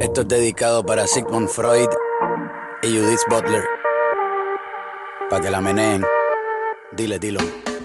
Esto es dedicado para Sigmund Freud y Judith Butler. Para que la meneen. Dilo.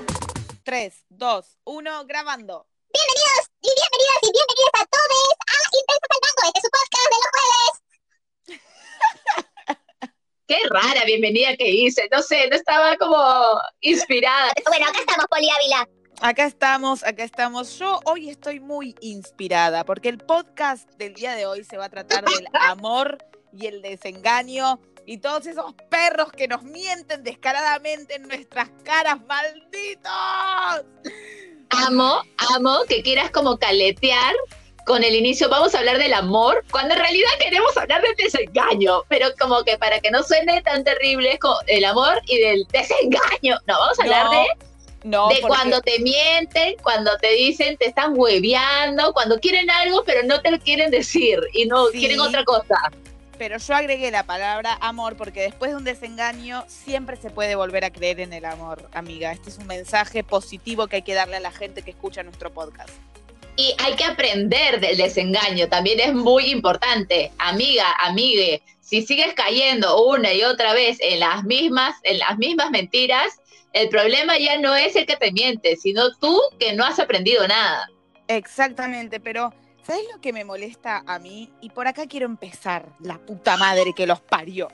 3, 2, 1, grabando. Bienvenidos y bienvenidas y bienvenidas a todos a Intensos al Tango. Este es su podcast de los jueves. Qué rara bienvenida que hice, no sé, no estaba como inspirada. Bueno, acá estamos, Poli Ávila. Acá estamos. Yo hoy estoy muy inspirada porque el podcast del día de hoy se va a tratar del amor y el desengaño y todos esos perros que nos mienten descaradamente en nuestras caras, malditos. Amo que quieras como caletear con el inicio, vamos a hablar del amor, cuando en realidad queremos hablar del desengaño, pero como que para que no suene tan terrible es como el amor y del desengaño. No, vamos a hablar de porque cuando te mienten, cuando te dicen, te están hueveando, cuando quieren algo pero no te lo quieren decir y no quieren otra cosa. Pero yo agregué la palabra amor porque después de un desengaño siempre se puede volver a creer en el amor, amiga. Este es un mensaje positivo que hay que darle a la gente que escucha nuestro podcast. Y hay que aprender del desengaño, también es muy importante. Amiga, amigue, si sigues cayendo una y otra vez en las mismas mentiras, el problema ya no es el que te miente, sino tú que no has aprendido nada. Exactamente, pero ¿sabes lo que me molesta a mí? Y por acá quiero empezar, la puta madre que los parió.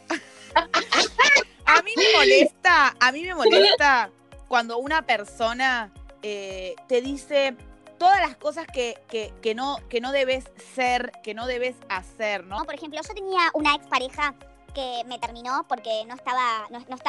A mí me molesta cuando una persona te dice todas las cosas que no debes ser, que no debes hacer, ¿no? Por ejemplo, yo tenía una expareja que me terminó porque no estaba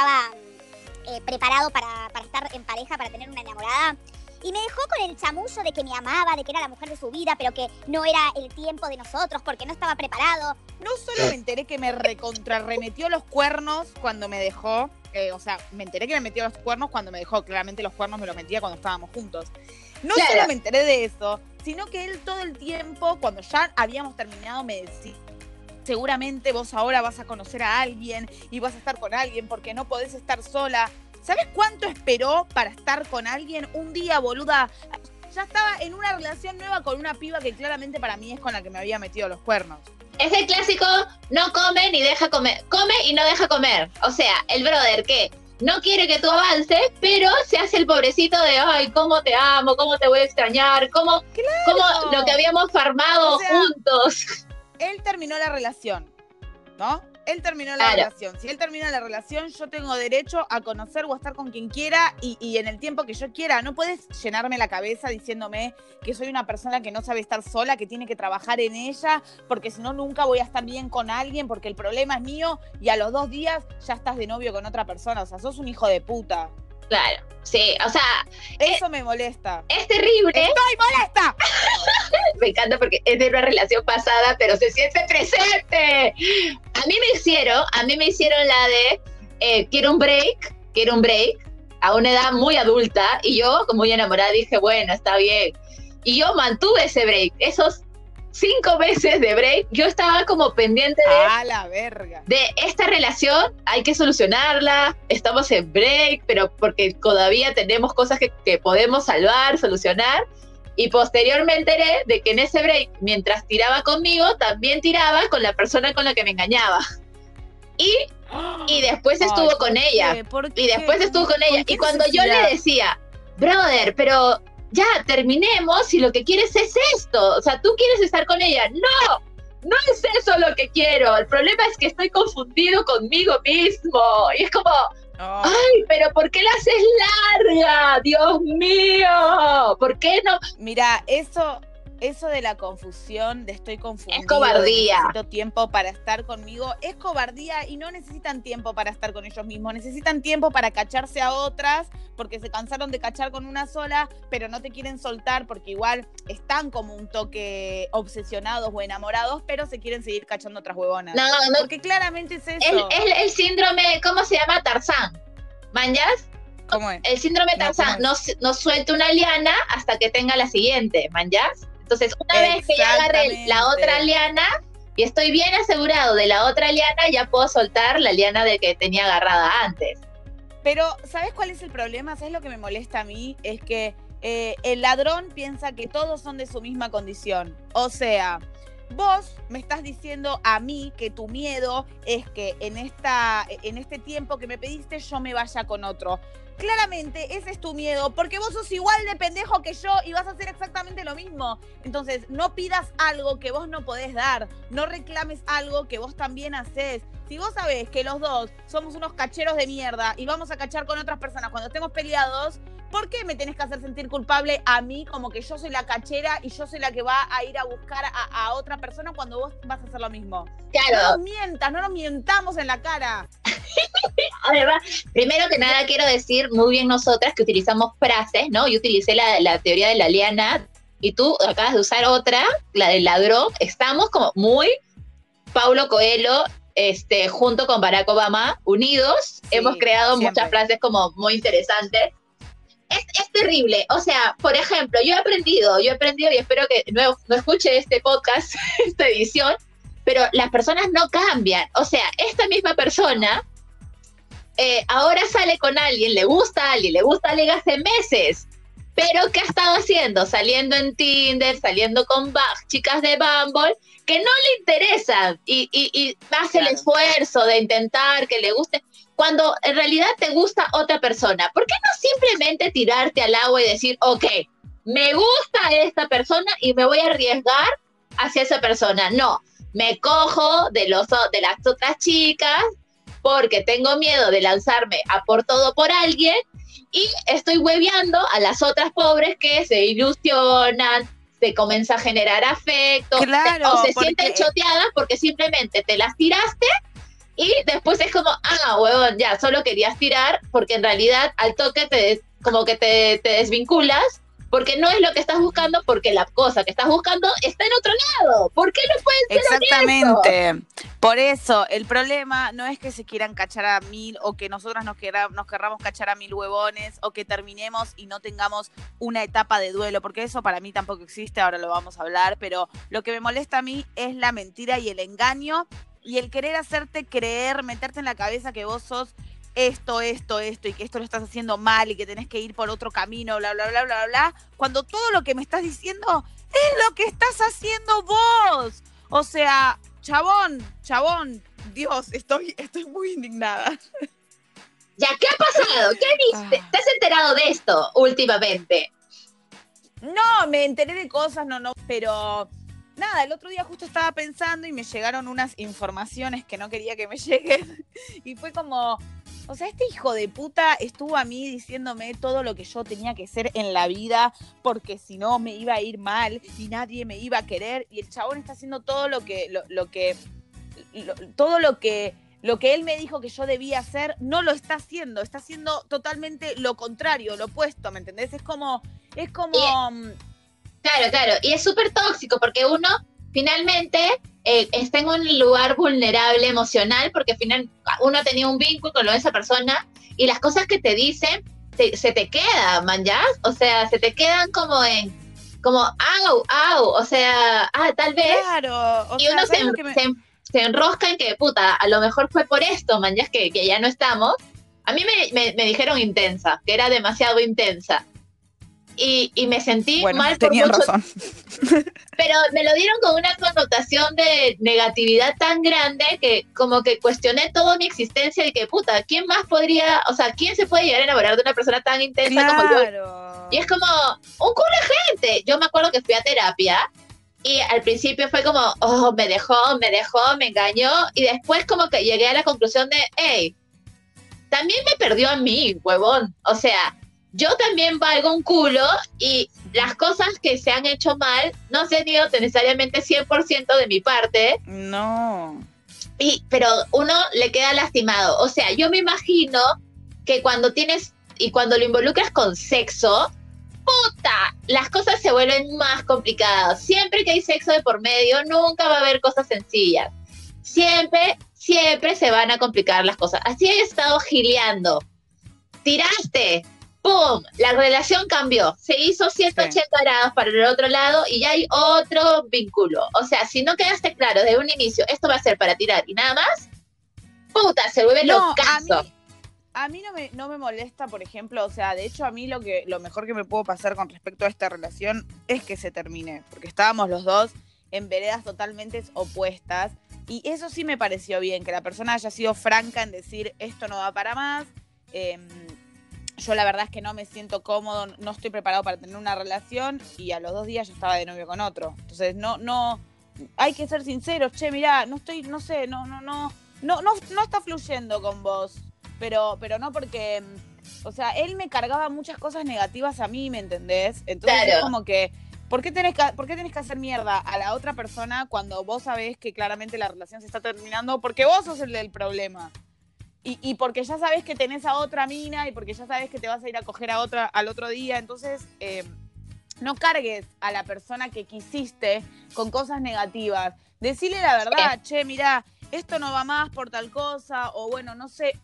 preparado para estar en pareja, para tener una enamorada. Y me dejó con el chamullo de que me amaba, de que era la mujer de su vida, pero que no era el tiempo de nosotros porque no estaba preparado. No solo me enteré que me recontrarremetió los cuernos cuando me dejó, me enteré que me metió los cuernos cuando me dejó, claramente los cuernos me los metía cuando estábamos juntos. No solo me enteré de eso, sino que él todo el tiempo, cuando ya habíamos terminado, me decía, seguramente vos ahora vas a conocer a alguien y vas a estar con alguien porque no podés estar sola. ¿Sabes cuánto esperó para estar con alguien? Un día, boluda, ya estaba en una relación nueva con una piba que claramente para mí es con la que me había metido los cuernos. Es el clásico, no come ni deja comer, come y no deja comer. O sea, el brother que no quiere que tú avances, pero se hace el pobrecito de, ay, cómo te amo, cómo te voy a extrañar, cómo lo que habíamos farmado juntos. Él terminó la relación, ¿no? Él terminó la relación. Si él termina la relación, yo tengo derecho a conocer o a estar con quien quiera y en el tiempo que yo quiera. No puedes llenarme la cabeza diciéndome que soy una persona que no sabe estar sola, que tiene que trabajar en ella, porque si no nunca voy a estar bien con alguien, porque el problema es mío y a los 2 días ya estás de novio con otra persona. O sea, sos un hijo de puta. Claro, sí, o sea... Eso me molesta. Es terrible. ¡Estoy molesta! Me encanta porque es de una relación pasada, pero se siente presente. A mí me hicieron la de quiero un break, a una edad muy adulta, y yo, como muy enamorada, dije, bueno, está bien. Y yo mantuve ese break, esos 5 meses de break, yo estaba como pendiente de esta relación, hay que solucionarla, estamos en break, pero porque todavía tenemos cosas que podemos salvar, solucionar. Y posterior me enteré de que en ese break, mientras tiraba conmigo, también tiraba con la persona con la que me engañaba. Y después estuvo con ella. Y después estuvo con ella. Y cuando yo le decía, brother, pero ya terminemos si lo que quieres es esto. O sea, tú quieres estar con ella. No es eso lo que quiero. El problema es que estoy confundido conmigo mismo. Y es como... ¡ay, pero por qué la haces larga! ¡Dios mío! ¿Por qué no? Mira, eso de la confusión, de estoy confundido, es cobardía. Necesito tiempo para estar conmigo, es cobardía y no necesitan tiempo para estar con ellos mismos, necesitan tiempo para cacharse a otras porque se cansaron de cachar con una sola, pero no te quieren soltar porque igual están como un toque obsesionados o enamorados, pero se quieren seguir cachando otras huevonas. No. Porque claramente es eso. El síndrome, ¿cómo se llama? Tarzán. ¿Manjas? ¿Cómo es? El síndrome Tarzán, no suelta una liana hasta que tenga la siguiente, ¿manjas? Entonces, una vez que ya agarré la otra liana y estoy bien asegurado de la otra liana, ya puedo soltar la liana de que tenía agarrada antes. Pero, ¿sabes cuál es el problema? ¿Sabes lo que me molesta a mí? Es que el ladrón piensa que todos son de su misma condición. O sea, vos me estás diciendo a mí que tu miedo es que en este tiempo que me pediste yo me vaya con otro. Claramente ese es tu miedo, porque vos sos igual de pendejo que yo y vas a hacer exactamente lo mismo. Entonces, no pidas algo que vos no podés dar, no reclames algo que vos también hacés. Si vos sabés que los dos somos unos cacheros de mierda y vamos a cachar con otras personas cuando estemos peleados, ¿por qué me tenés que hacer sentir culpable a mí como que yo soy la cachera y yo soy la que va a ir a buscar a otra persona cuando vos vas a hacer lo mismo? Claro. No nos mientas, no nos mientamos en la cara. Además, primero que nada quiero decir muy bien nosotras que utilizamos frases, ¿no? Yo utilicé la teoría de la liana y tú acabas de usar otra, la del ladrón. Estamos como muy Paulo Coelho, junto con Barack Obama, unidos. Sí, hemos creado siempre muchas frases como muy interesantes. Es terrible. O sea, por ejemplo, yo he aprendido y espero que no escuche este podcast, esta edición, pero las personas no cambian. O sea, esta misma persona ahora sale con alguien, le gusta a alguien hace meses, pero ¿qué ha estado haciendo? Saliendo en Tinder, saliendo con chicas de Bumble, que no le interesan y hace el esfuerzo de intentar que le guste, cuando en realidad te gusta otra persona. ¿Por qué no simplemente tirarte al agua y decir, ok, me gusta esta persona y me voy a arriesgar hacia esa persona? No, me cojo de las otras chicas porque tengo miedo de lanzarme a por todo por alguien y estoy hueveando a las otras pobres que se ilusionan, se comienza a generar afecto, claro, o se sienten choteadas porque simplemente te las tiraste y después es como, huevón, ya, solo querías tirar, porque en realidad al toque te desvinculas, porque no es lo que estás buscando, porque la cosa que estás buscando está en otro lado. ¿Por qué no pueden ser exactamente honestos? Por eso, el problema no es que se quieran cachar a 1000 o que nosotras nos querramos cachar a 1000 huevones o que terminemos y no tengamos una etapa de duelo, porque eso para mí tampoco existe, ahora lo vamos a hablar, pero lo que me molesta a mí es la mentira y el engaño y el querer hacerte creer, meterte en la cabeza que vos sos esto, y que esto lo estás haciendo mal y que tenés que ir por otro camino, bla, bla, bla, bla, bla, cuando todo lo que me estás diciendo es lo que estás haciendo vos. O sea, chabón, Dios, estoy muy indignada. Ya, ¿qué ha pasado? ¿Qué viste? ¿Te has enterado de esto últimamente? No, me enteré de cosas, pero nada, el otro día justo estaba pensando y me llegaron unas informaciones que no quería que me lleguen y fue como, o sea, este hijo de puta estuvo a mí diciéndome todo lo que yo tenía que ser en la vida porque si no me iba a ir mal y nadie me iba a querer y el chabón está haciendo todo lo que él me dijo que yo debía hacer, no lo está haciendo totalmente lo contrario, lo opuesto, ¿me entendés? Es como... Claro, y es súper tóxico porque uno finalmente está en un lugar vulnerable emocional porque uno tenía un vínculo con esa persona y las cosas que te dicen se te quedan, man, ¿ya? O sea, se te quedan como au, o sea, tal vez. Claro, y uno se enrosca en que, puta, a lo mejor fue por esto, man, ¿ya? Que ya no estamos. A mí me dijeron intensa, que era demasiado intensa. Y me sentí mal por tenían mucho, razón. Pero me lo dieron con una connotación de negatividad tan grande que como que cuestioné toda mi existencia y que puta, ¿quién más podría, o sea, quién se puede llegar a enamorar de una persona tan intensa como yo? Y es como un culo de gente. Yo me acuerdo que fui a terapia y al principio fue como, me dejó, me engañó y después como que llegué a la conclusión de, hey, también me perdió a mí, huevón, o sea, yo también valgo un culo y las cosas que se han hecho mal no se han ido necesariamente 100% de mi parte. No. Pero uno le queda lastimado. O sea, yo me imagino que cuando lo involucras con sexo, puta, las cosas se vuelven más complicadas. Siempre que hay sexo de por medio, nunca va a haber cosas sencillas. Siempre se van a complicar las cosas. Así he estado gileando. Tiraste. ¡Pum! La relación cambió. Se hizo 180 grados para el otro lado y ya hay otro vínculo. O sea, si no quedaste claro desde un inicio, esto va a ser para tirar y nada más, puta, se vuelve locazo. A mí no me molesta, por ejemplo, o sea, de hecho a mí lo mejor que me pudo pasar con respecto a esta relación es que se termine, porque estábamos los dos en veredas totalmente opuestas. Y eso sí me pareció bien, que la persona haya sido franca en decir, esto no va para más. Yo la verdad es que no me siento cómodo, no estoy preparado para tener una relación, y a los 2 días yo estaba de novio con otro. Entonces no, hay que ser sinceros, che, mirá, no está fluyendo con vos. Pero no porque, o sea, él me cargaba muchas cosas negativas a mí, ¿me entendés? Entonces Claro. es como que, ¿por qué tenés que hacer mierda a la otra persona cuando vos sabés que claramente la relación se está terminando? Porque vos sos el del problema. Y porque ya sabés que tenés a otra mina, y porque ya sabés que te vas a ir a coger a otra al otro día. Entonces, no cargues a la persona que quisiste con cosas negativas. Decile la verdad, che, mirá, esto no va más por tal cosa, o bueno, no sé,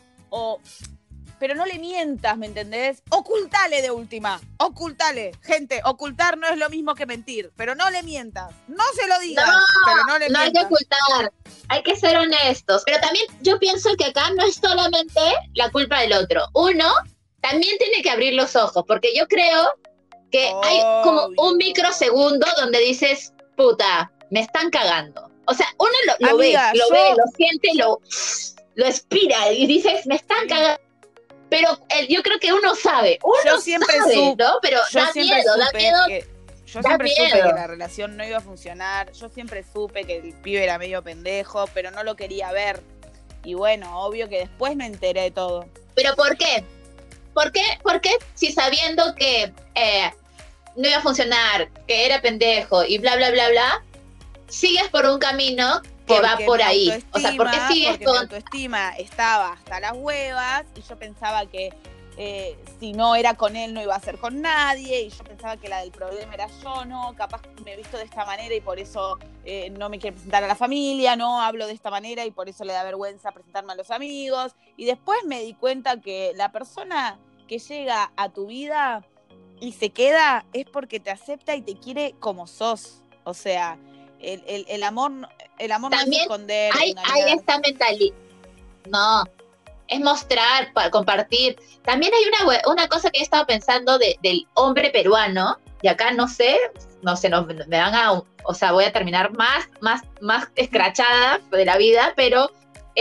pero no le mientas, ¿me entendés? Ocultale de última, ocultale. Gente, ocultar no es lo mismo que mentir, pero no le mientas. No se lo digas, pero no le No hay que mientas. ocultar, hay que ser honestos. Pero también yo pienso que acá no es solamente la culpa del otro. Uno también tiene que abrir los ojos, porque yo creo que hay como un microsegundo donde dices, puta, me están cagando. O sea, uno lo Amiga, ve, lo siente, lo expira y dices, me están cagando. Pero yo creo que uno sabe, yo siempre sabe, supe, ¿no? Pero yo da siempre miedo, supe yo da siempre supe miedo. que la relación no iba a funcionar. Yo siempre supe que el pibe era medio pendejo, pero no lo quería ver. Y bueno, obvio que después me enteré de todo. ¿Pero por qué? ¿Por qué si sabiendo que no iba a funcionar, que era pendejo y bla, bla, bla, bla, sigues por un camino que va por ahí? O sea, ¿por qué sigues porque con...? mi autoestima estaba hasta las huevas, y yo pensaba que si no era con él no iba a ser con nadie, y yo pensaba que la del problema era yo, no, capaz me he visto de esta manera y por eso no me quiere presentar a la familia, no hablo de esta manera y por eso le da vergüenza presentarme a los amigos. Y después me di cuenta que la persona que llega a tu vida y se queda es porque te acepta y te quiere como sos. O sea, el amor no es También esconder, hay engañar. esta mentalidad. No, es mostrar, compartir. También hay una cosa que he estado pensando del hombre peruano, y acá no sé, me van a, o sea, voy a terminar más escrachada de la vida, pero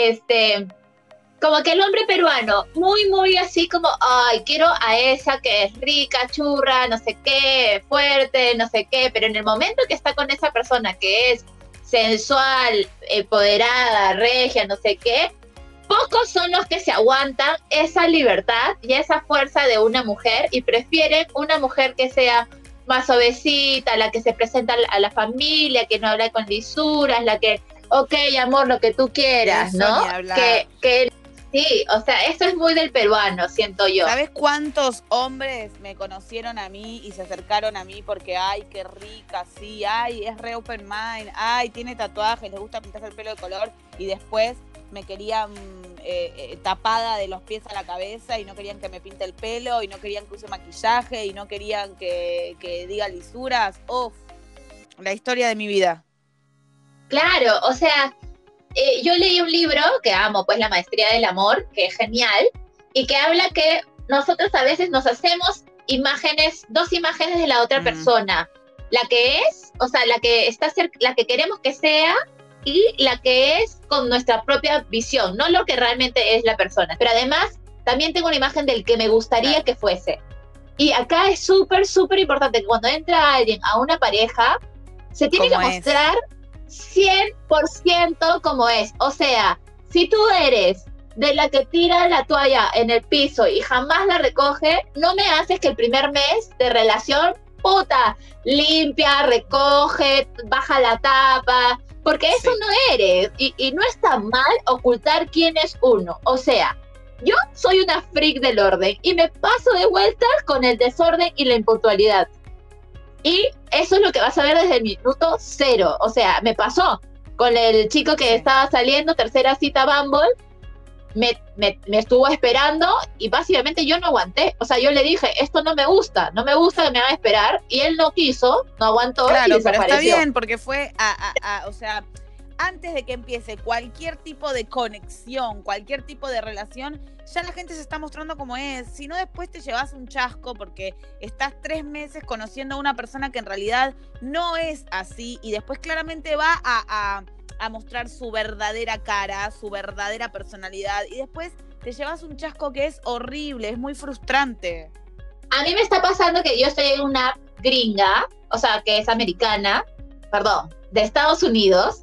como que el hombre peruano, muy así como, ay, quiero a esa que es rica, churra, no sé qué, fuerte, no sé qué, pero en el momento que está con esa persona que es sensual, empoderada, regia, no sé qué, pocos son los que se aguantan esa libertad y esa fuerza de una mujer y prefieren una mujer que sea más suavecita, la que se presenta a la familia, que no habla con lisuras, la que, ok, amor, lo que tú quieras, Eso ¿no? ni hablar. Que sí, o sea, eso es muy del peruano, siento yo. ¿Sabes cuántos hombres me conocieron a mí y se acercaron a mí porque, ay, qué rica, sí, ay, es re open mind, ay, tiene tatuajes, le gusta pintarse el pelo de color, y después me querían tapada de los pies a la cabeza y no querían que me pinte el pelo y no querían que use maquillaje y no querían que diga lisuras? Uf, la historia de mi vida. Claro, o sea, yo leí un libro que amo, pues La Maestría del Amor, que es genial, y que habla que nosotros a veces nos hacemos dos imágenes de la otra persona, la que es, o sea, la que está la que queremos que sea, y la que es con nuestra propia visión, no lo que realmente es la persona. Pero además, también tengo una imagen del que me gustaría que fuese. Y acá es súper importante que cuando entra alguien a una pareja, se tiene que mostrar 100% como es. O sea, si tú eres de la que tira la toalla en el piso y jamás la recoge, no me haces que el primer mes de relación, puta, limpia, recoge, baja la tapa, porque eso no eres. Y no está mal ocultar quién es uno. O sea, yo soy una freak del orden y me paso de vueltas con el desorden y la impuntualidad. Y eso es lo que vas a ver desde el minuto 0. O sea, me pasó con el chico que estaba saliendo, tercera cita Bumble, me estuvo esperando y básicamente yo no aguanté. O sea, yo le dije, esto no me gusta que me hagan esperar, y él no quiso, no aguantó, claro, y desapareció. pero está bien, porque fue o sea, antes de que empiece cualquier tipo de conexión, cualquier tipo de relación, ya la gente se está mostrando como es. Si no, después te llevas un chasco porque estás 3 meses conociendo a una persona que en realidad no es así y después claramente va a mostrar su verdadera cara, su verdadera personalidad y después te llevas un chasco que es horrible, es muy frustrante. A mí me está pasando que yo estoy en una app gringa, o sea, que es americana, perdón, de Estados Unidos,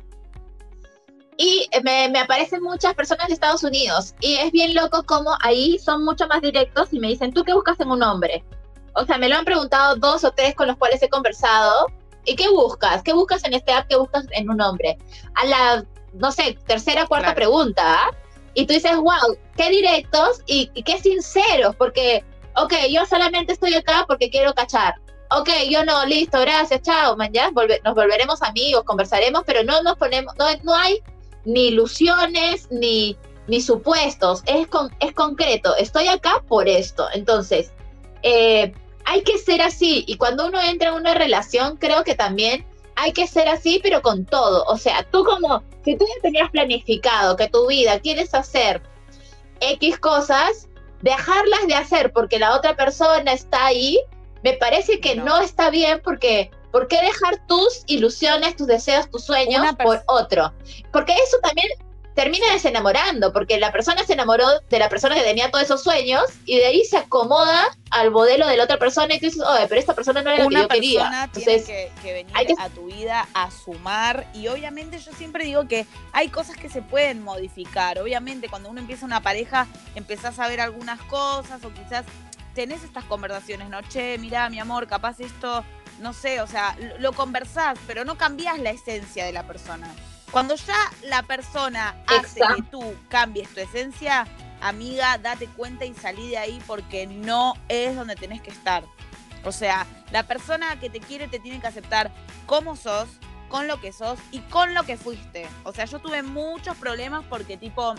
y me aparecen muchas personas de Estados Unidos, y es bien loco como ahí son mucho más directos y me dicen, ¿tú qué buscas en un hombre? O sea, me lo han preguntado 2 o 3 con los cuales he conversado, ¿y qué buscas? ¿Qué buscas en este app? ¿Qué buscas en un hombre? A la, no sé, tercera, cuarta pregunta, y tú dices, wow, qué directos y qué sinceros, porque, ok, yo solamente estoy acá porque quiero cachar. Ok, yo no, listo, gracias, chao, mañana nos volveremos amigos, conversaremos, pero no nos ponemos, no hay ni ilusiones, ni supuestos, es concreto, estoy acá por esto. Entonces, hay que ser así, y cuando uno entra en una relación, creo que también hay que ser así, pero con todo. O sea, tú como, si tú ya tenías planificado que tu vida quieres hacer X cosas, dejarlas de hacer porque la otra persona está ahí, me parece que no está bien, porque ¿por qué dejar tus ilusiones, tus deseos, tus sueños por otro? Porque eso también termina desenamorando, porque la persona se enamoró de la persona que tenía todos esos sueños y de ahí se acomoda al modelo de la otra persona y tú dices, oye, pero esta persona no era la que yo quería. Una persona tiene que venir a tu vida a sumar, y obviamente yo siempre digo que hay cosas que se pueden modificar. Obviamente cuando uno empieza una pareja empezás a ver algunas cosas o quizás tenés estas conversaciones, ¿no? Che, mirá, mi amor, capaz esto, no sé, o sea, lo conversás, pero no cambiás la esencia de la persona. Cuando ya la persona hace que tú cambies tu esencia, amiga, date cuenta y salí de ahí porque no es donde tenés que estar. O sea, la persona que te quiere te tiene que aceptar como sos, con lo que sos y con lo que fuiste. O sea, yo tuve muchos problemas porque tipo,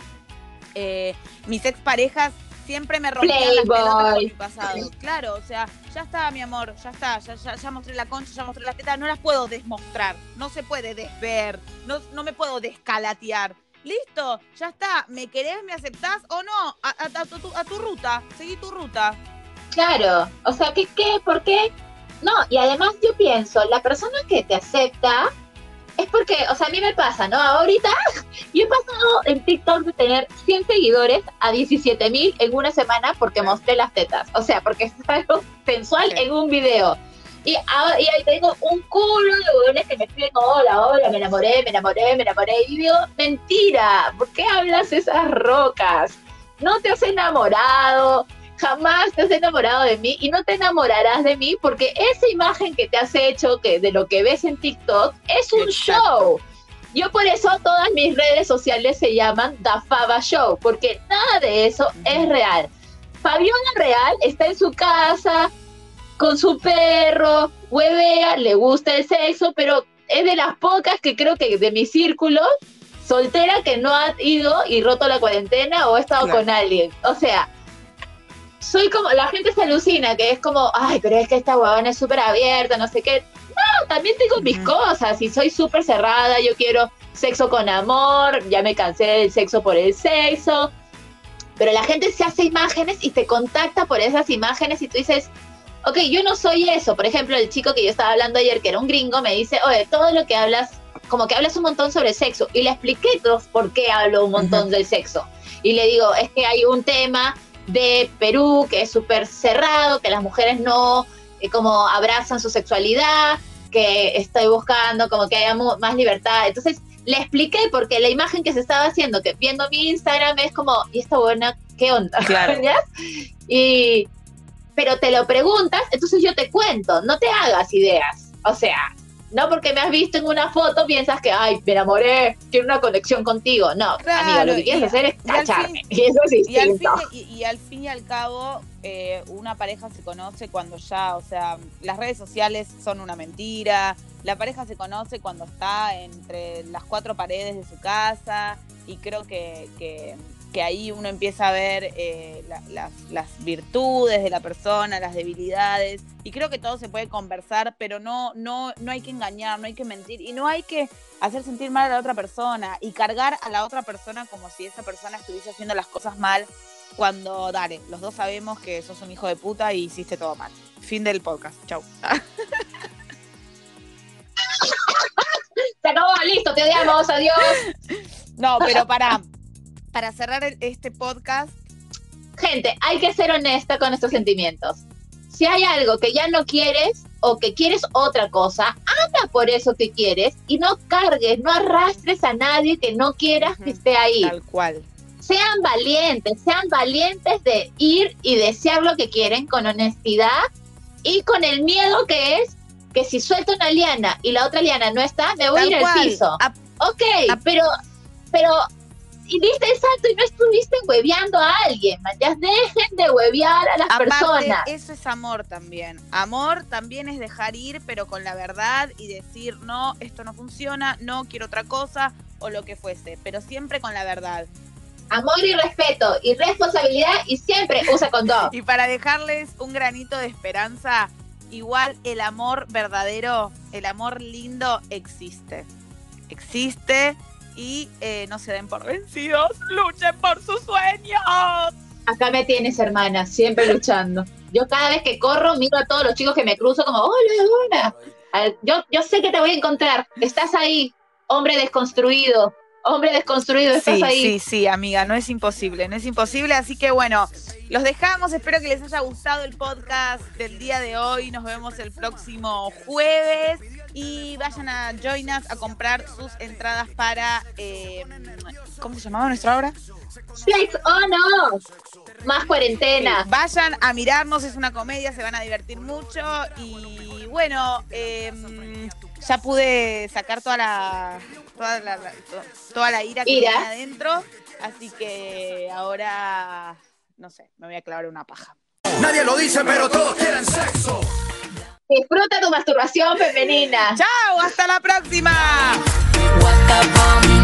mis exparejas siempre me rompían las pelotas por mi pasado. Claro, o sea, ya está, mi amor, ya está, ya mostré la concha, ya mostré las tetas, no las puedo desmostrar, no se puede desver, no me puedo descalatear. Listo, ya está, ¿me querés, me aceptás o no? A tu ruta, seguí tu ruta. Claro, o sea, ¿qué? ¿Por qué? No, y además yo pienso, la persona que te acepta es porque, o sea, a mí me pasa, ¿no? Ahorita yo he pasado en TikTok de tener 100 seguidores a 17,000 en una semana porque mostré las tetas. O sea, porque es algo sensual en un video. Y ahí tengo un culo de huevones que me escriben, hola, me enamoré. Y digo, mentira, ¿por qué hablas esas rocas? No te has enamorado, jamás te has enamorado de mí y no te enamorarás de mí porque esa imagen que te has hecho, que de lo que ves en TikTok, es un show. Yo por eso todas mis redes sociales se llaman The Faba Show, porque nada de eso es real. Fabiola Real está en su casa con su perro, huevea, le gusta el sexo, pero es de las pocas que creo que de mi círculo soltera que no ha ido y roto la cuarentena o ha estado con alguien. O sea, soy como, la gente se alucina, que es como, ay, pero es que esta huevona es súper abierta, no sé qué. No, también tengo mis cosas y soy súper cerrada, yo quiero sexo con amor, ya me cansé del sexo por el sexo. Pero la gente se hace imágenes y te contacta por esas imágenes y tú dices, ok, yo no soy eso. Por ejemplo, el chico que yo estaba hablando ayer, que era un gringo, me dice, oye, todo lo que hablas, como que hablas un montón sobre sexo. Y le expliqué por qué hablo un montón del sexo. Y le digo, es que hay un tema de Perú que es súper cerrado, que las mujeres no como abrazan su sexualidad, que estoy buscando como que haya más libertad. Entonces le expliqué porque la imagen que se estaba haciendo, que viendo mi Instagram es como, ¿y esta buena qué onda? Claro. Pero te lo preguntas, entonces yo te cuento, no te hagas ideas. O sea, no porque me has visto en una foto piensas que, ay, me enamoré, quiero una conexión contigo. No, claro, amiga, lo que quieres hacer es cacharme. Y eso es distinto. Y al fin y al cabo, una pareja se conoce cuando ya, o sea, las redes sociales son una mentira. La pareja se conoce cuando está entre las 4 paredes de su casa. Y creo que que ahí uno empieza a ver las virtudes de la persona, las debilidades, y creo que todo se puede conversar, pero no hay que engañar, no hay que mentir, y no hay que hacer sentir mal a la otra persona, y cargar a la otra persona como si esa persona estuviese haciendo las cosas mal, cuando, dale, los dos sabemos que sos un hijo de puta y hiciste todo mal. Fin del podcast, chau. Se acabó, listo, te odiamos, adiós. No, pero para cerrar este podcast. Gente, hay que ser honesta con nuestros sentimientos. Si hay algo que ya no quieres o que quieres otra cosa, anda por eso que quieres y no cargues, no arrastres a nadie que no quieras que esté ahí. Tal cual. Sean valientes de ir y desear lo que quieren con honestidad y con el miedo que es que si suelto una liana y la otra liana no está, me voy a ir al piso. Pero y diste el salto y no estuviste hueveando a alguien, man. Ya dejen de huevear a las personas. Eso es amor también. Amor también es dejar ir, pero con la verdad y decir, no, esto no funciona, no quiero otra cosa o lo que fuese, pero siempre con la verdad. Amor y respeto y responsabilidad y siempre usa condón. Y para dejarles un granito de esperanza, igual el amor verdadero, el amor lindo existe. Existe. Y no se den por vencidos, luchen por sus sueños. Acá me tienes, hermana, siempre luchando. Yo cada vez que corro miro a todos los chicos que me cruzo como, hola, hola. Yo sé que te voy a encontrar, estás ahí, hombre desconstruido, estás ahí. Sí, amiga, no es imposible, así que bueno, los dejamos, espero que les haya gustado el podcast del día de hoy, nos vemos el próximo jueves. Y vayan a Join Us a comprar sus entradas para, ¿cómo se llamaba nuestra obra? Sex o no, más cuarentena. Sí, vayan a mirarnos, es una comedia, se van a divertir mucho. Y bueno, ya pude sacar toda la ira que tenía adentro. Así que ahora, no sé, me voy a clavar una paja. Nadie lo dice, pero todos quieren sexo. Disfruta tu masturbación femenina. ¡Chao! ¡Hasta la próxima!